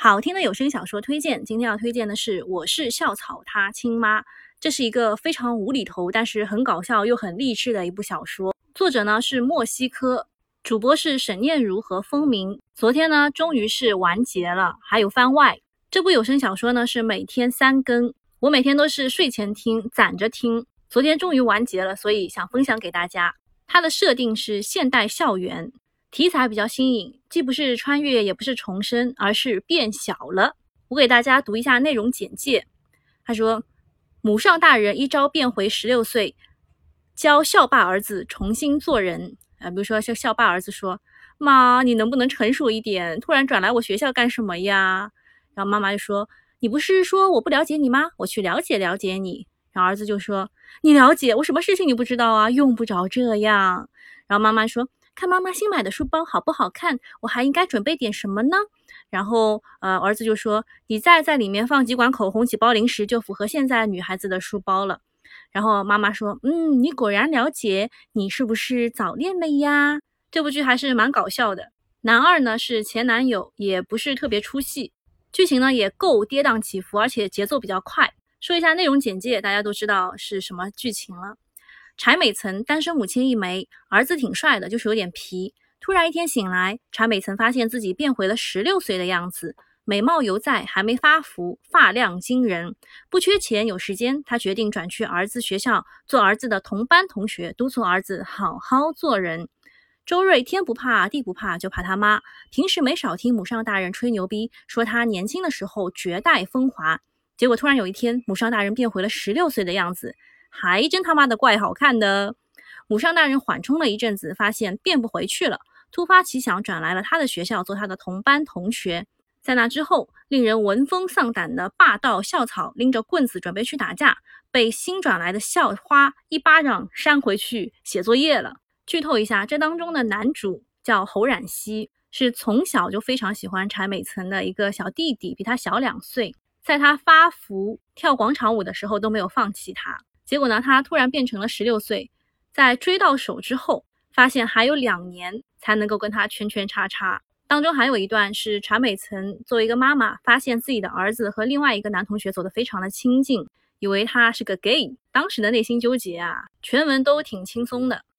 好听的有声小说推荐，今天要推荐的是《我是校草他亲妈》，这是一个非常无厘头，但是很搞笑又很励志的一部小说。作者呢是莫西科，主播是沈念如和风鸣。昨天呢终于是完结了，还有番外。这部有声小说呢是每天3更，我每天都是睡前听，攒着听。昨天终于完结了，所以想分享给大家。它的设定是现代校园。题材比较新颖，既不是穿越，也不是重生，而是变小了。我给大家读一下内容简介。他说，母上大人一朝变回16岁，教校霸儿子重新做人。比如说校霸儿子说，妈，你能不能成熟一点？突然转来我学校干什么呀？然后妈妈就说，你不是说我不了解你吗？我去了解了解你。然后儿子就说，你了解我什么事情你不知道啊？用不着这样。然后妈妈说，看妈妈新买的书包好不好看，我还应该准备点什么呢？然后儿子就说，你再在里面放几管口红几包零食，就符合现在女孩子的书包了。然后妈妈说，你果然了解，你是不是早恋了呀？这部剧还是蛮搞笑的。男二呢是前男友，也不是特别出戏，剧情呢也够跌宕起伏，而且节奏比较快。说一下内容简介，大家都知道是什么剧情了。柴美岑单身母亲一枚，儿子挺帅的，就是有点皮。突然一天醒来，柴美岑发现自己变回了16岁的样子，美貌犹在，还没发福，发量惊人。不缺钱，有时间，她决定转去儿子学校做儿子的同班同学，督促儿子好好做人。周瑞天不怕地不怕，就怕他妈。平时没少听母上大人吹牛逼，说他年轻的时候绝代风华。结果突然有一天，母上大人变回了16岁的样子，还真他妈的怪好看的。母上大人缓冲了一阵子，发现变不回去了，突发奇想转来了他的学校做他的同班同学。在那之后，令人闻风丧胆的霸道校草拎着棍子准备去打架，被新转来的校花一巴掌扇回去写作业了。剧透一下，这当中的男主叫侯冉熙，是从小就非常喜欢柴美岑的一个小弟弟，比他小2岁，在他发福跳广场舞的时候都没有放弃他。结果呢，他突然变成了16岁，在追到手之后，发现还有2年才能够跟他圈圈叉叉。当中还有一段是柴美岑作为一个妈妈，发现自己的儿子和另外一个男同学走得非常的亲近，以为他是个 gay， 当时的内心纠结啊，全文都挺轻松的。